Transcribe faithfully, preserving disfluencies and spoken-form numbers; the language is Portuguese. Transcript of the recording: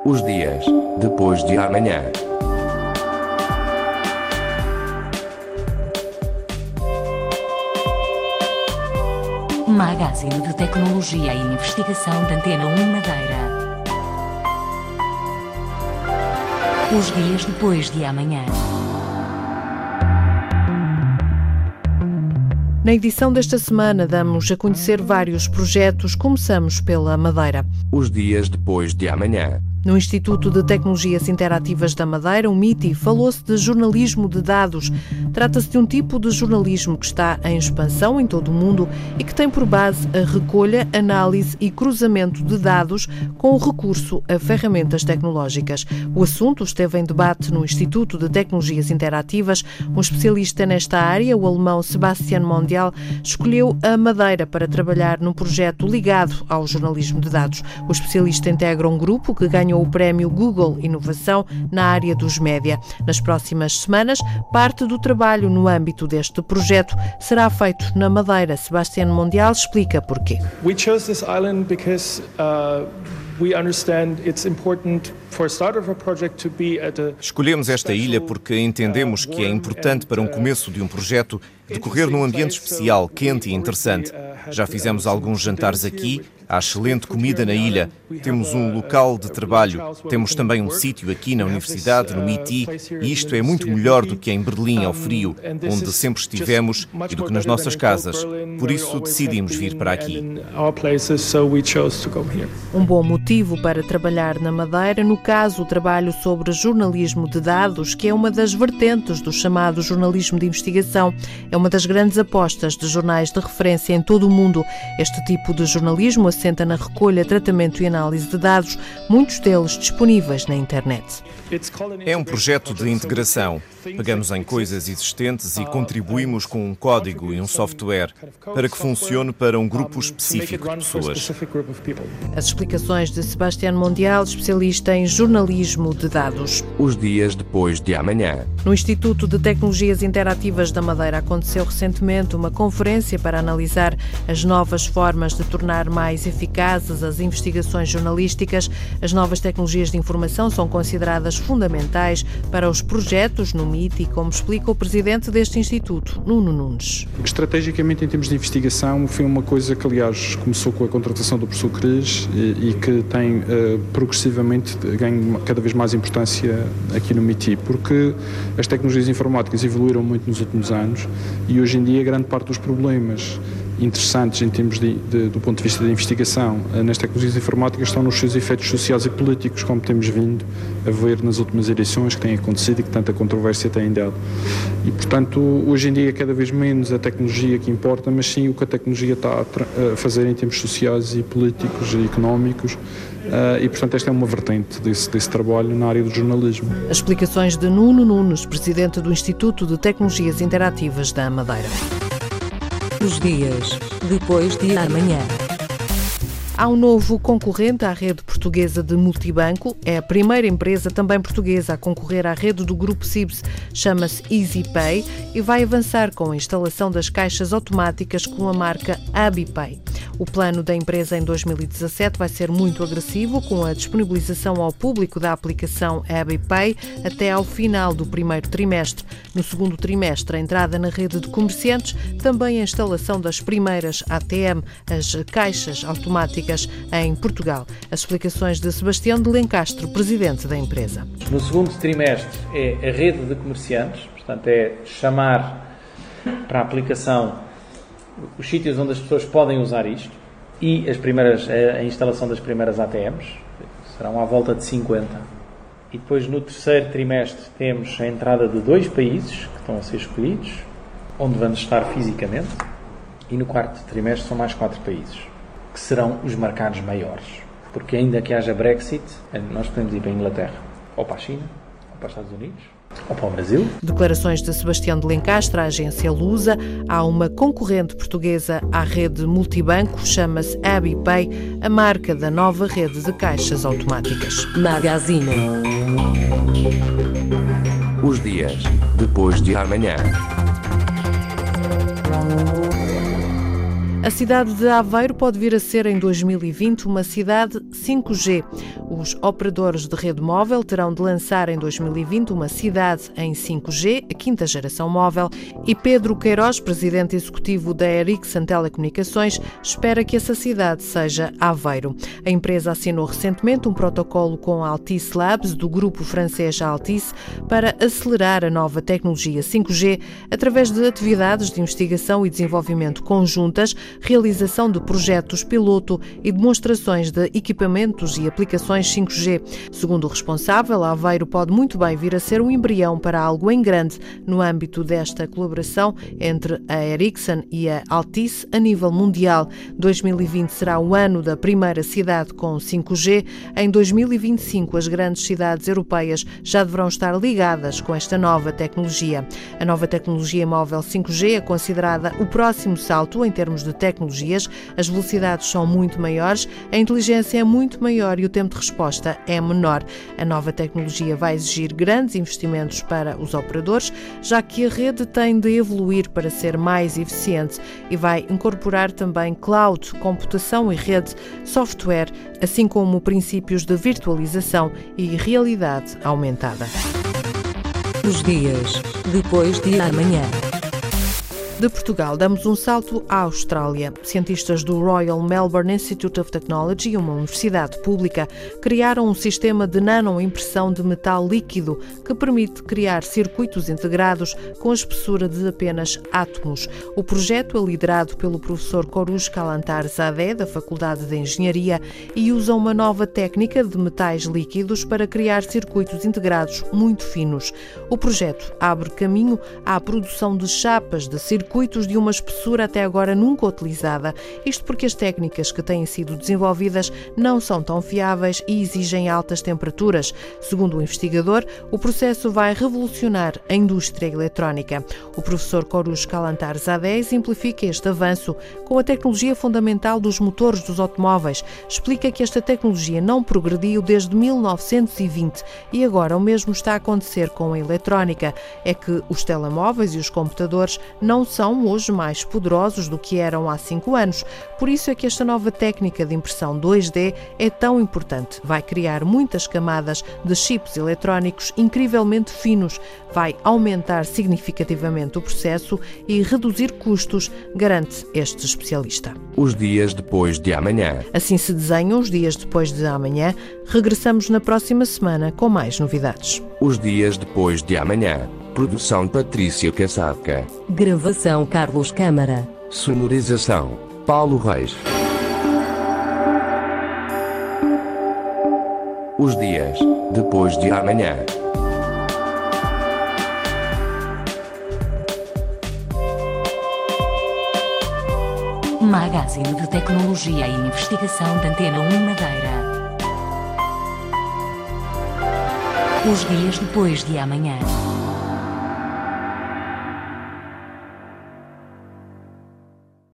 Os dias depois de amanhã. Magazine de Tecnologia e Investigação da Antena um Madeira. Os dias depois de amanhã. Na edição desta semana damos a conhecer vários projetos. Começamos pela Madeira. Os dias depois de amanhã. No Instituto de Tecnologias Interativas da Madeira, o M I T I, falou-se de jornalismo de dados. Trata-se de um tipo de jornalismo que está em expansão em todo o mundo e que tem por base a recolha, análise e cruzamento de dados com o recurso a ferramentas tecnológicas. O assunto esteve em debate no Instituto de Tecnologias Interativas. Um especialista nesta área, o alemão Sebastian Mondial, escolheu a Madeira para trabalhar num projeto ligado ao jornalismo de dados. O especialista integra um grupo que ganhou o prémio Google Inovação na área dos média. Nas próximas semanas, parte do trabalho no âmbito deste projeto será feito na Madeira. Sebastian Mondial explica porquê. We chose this island because uh, we understand it's important for a start of a project to be at a Escolhemos esta ilha porque entendemos que é importante para um começo de um projeto decorrer num ambiente especial, quente e interessante. Já fizemos alguns jantares aqui, há excelente comida na ilha, temos um local de trabalho, temos também um sítio aqui na universidade, no M I T I, e isto é muito melhor do que em Berlim ao frio, onde sempre estivemos, e do que nas nossas casas. Por isso decidimos vir para aqui. Um bom motivo para trabalhar na Madeira, no caso, o trabalho sobre jornalismo de dados, que é uma das vertentes do chamado jornalismo de investigação. É uma das grandes apostas de jornais de referência em todo o mundo. Este tipo de jornalismo assenta na recolha, tratamento e análise de dados, muitos deles disponíveis na internet. É um projeto de integração. Pegamos em coisas existentes e contribuímos com um código e um software para que funcione para um grupo específico de pessoas. As explicações de Sebastian Mondial, especialista em jornalismo de dados. Os dias depois de amanhã. No Instituto de Tecnologias Interativas da Madeira aconteceu recentemente uma conferência para analisar as novas formas de tornar mais eficazes as investigações jornalísticas. As novas tecnologias de informação são consideradas fundamentais para os projetos no M I T I, como explica o presidente deste instituto, Nuno Nunes. Estrategicamente, em termos de investigação, foi uma coisa que, aliás, começou com a contratação do professor Cres e, e que tem uh, progressivamente ganho cada vez mais importância aqui no M I T I, porque as tecnologias informáticas evoluíram muito nos últimos anos e hoje em dia grande parte dos problemas interessantes em termos de, de, do ponto de vista da investigação nas tecnologias informáticas estão nos seus efeitos sociais e políticos, como temos vindo a ver nas últimas eleições que têm acontecido e que tanta controvérsia têm dado. E, portanto, hoje em dia é cada vez menos a tecnologia que importa, mas sim o que a tecnologia está a fazer em termos sociais e políticos e económicos. Uh, e, portanto, esta é uma vertente desse, desse trabalho na área do jornalismo. As explicações de Nuno Nunes, presidente do Instituto de Tecnologias Interativas da Madeira. Os dias depois de amanhã. Há um novo concorrente à rede portuguesa de multibanco. É a primeira empresa também portuguesa a concorrer à rede do Grupo Cibs. Chama-se EasyPay e vai avançar com a instalação das caixas automáticas com a marca AbiPay. O plano da empresa em dois mil e dezassete vai ser muito agressivo, com a disponibilização ao público da aplicação AbiPay até ao final do primeiro trimestre. No segundo trimestre, a entrada na rede de comerciantes, também a instalação das primeiras A T M, as caixas automáticas em Portugal. As explicações de Sebastião de Lencastre, presidente da empresa. No segundo trimestre é a rede de comerciantes, portanto é chamar para a aplicação os sítios onde as pessoas podem usar isto e as primeiras, a instalação das primeiras A T Ms, serão à volta de cinquenta. E depois no terceiro trimestre temos a entrada de dois países que estão a ser escolhidos, onde vamos estar fisicamente, e no quarto trimestre são mais quatro países, que serão os mercados maiores. Porque ainda que haja Brexit, nós podemos ir para a Inglaterra, ou para a China, ou para os Estados Unidos, ou para o Brasil. Declarações de Sebastião de Lencastre, a agência Lusa. Há uma concorrente portuguesa à rede multibanco, chama-se AbiPay, a marca da nova rede de caixas automáticas. Magazine. Os dias depois de amanhã. A cidade de Aveiro pode vir a ser em dois mil e vinte uma cidade cinco G. Os operadores de rede móvel terão de lançar em dois mil e vinte uma cidade em cinco G, a quinta geração móvel, e Pedro Queiroz, presidente executivo da Ericsson Telecomunicações, espera que essa cidade seja Aveiro. A empresa assinou recentemente um protocolo com a Altice Labs, do grupo francês Altice, para acelerar a nova tecnologia cinco G através de atividades de investigação e desenvolvimento conjuntas, realização de projetos piloto e demonstrações de equipamentos e aplicações cinco G. Segundo o responsável, Aveiro pode muito bem vir a ser um embrião para algo em grande no âmbito desta colaboração entre a Ericsson e a Altice a nível mundial. dois mil e vinte será o ano da primeira cidade com cinco G. Em dois mil e vinte e cinco, as grandes cidades europeias já deverão estar ligadas com esta nova tecnologia. A nova tecnologia móvel cinco G é considerada o próximo salto em termos de tecnologias. As velocidades são muito maiores, a inteligência é muito maior e o tempo de resposta é menor. A nova tecnologia vai exigir grandes investimentos para os operadores, já que a rede tem de evoluir para ser mais eficiente e vai incorporar também cloud, computação e rede, software, assim como princípios de virtualização e realidade aumentada. Os dias depois de amanhã. De Portugal, damos um salto à Austrália. Cientistas do Royal Melbourne Institute of Technology, uma universidade pública, criaram um sistema de nanoimpressão de metal líquido que permite criar circuitos integrados com a espessura de apenas átomos. O projeto é liderado pelo professor Koroush Kalantar-Zadeh, da Faculdade de Engenharia, e usa uma nova técnica de metais líquidos para criar circuitos integrados muito finos. O projeto abre caminho à produção de chapas de circuitos circuitos de uma espessura até agora nunca utilizada. Isto porque as técnicas que têm sido desenvolvidas não são tão fiáveis e exigem altas temperaturas. Segundo o investigador, o processo vai revolucionar a indústria eletrónica. O professor Koroush Kalantar-Zadeh simplifica este avanço com a tecnologia fundamental dos motores dos automóveis. Explica que esta tecnologia não progrediu desde mil novecentos e vinte e agora o mesmo está a acontecer com a eletrónica. É que os telemóveis e os computadores não são hoje mais poderosos do que eram há cinco anos. Por isso é que esta nova técnica de impressão dois D é tão importante. Vai criar muitas camadas de chips eletrónicos incrivelmente finos, vai aumentar significativamente o processo e reduzir custos, garante este especialista. Os dias depois de amanhã. Assim se desenham os dias depois de amanhã. Regressamos na próxima semana com mais novidades. Os dias depois de amanhã. Produção Patrícia Casaca. Gravação Carlos Câmara. Sonorização Paulo Reis. Os dias depois de amanhã. Magazine de Tecnologia e Investigação da Antena um Madeira. Os dias depois de amanhã.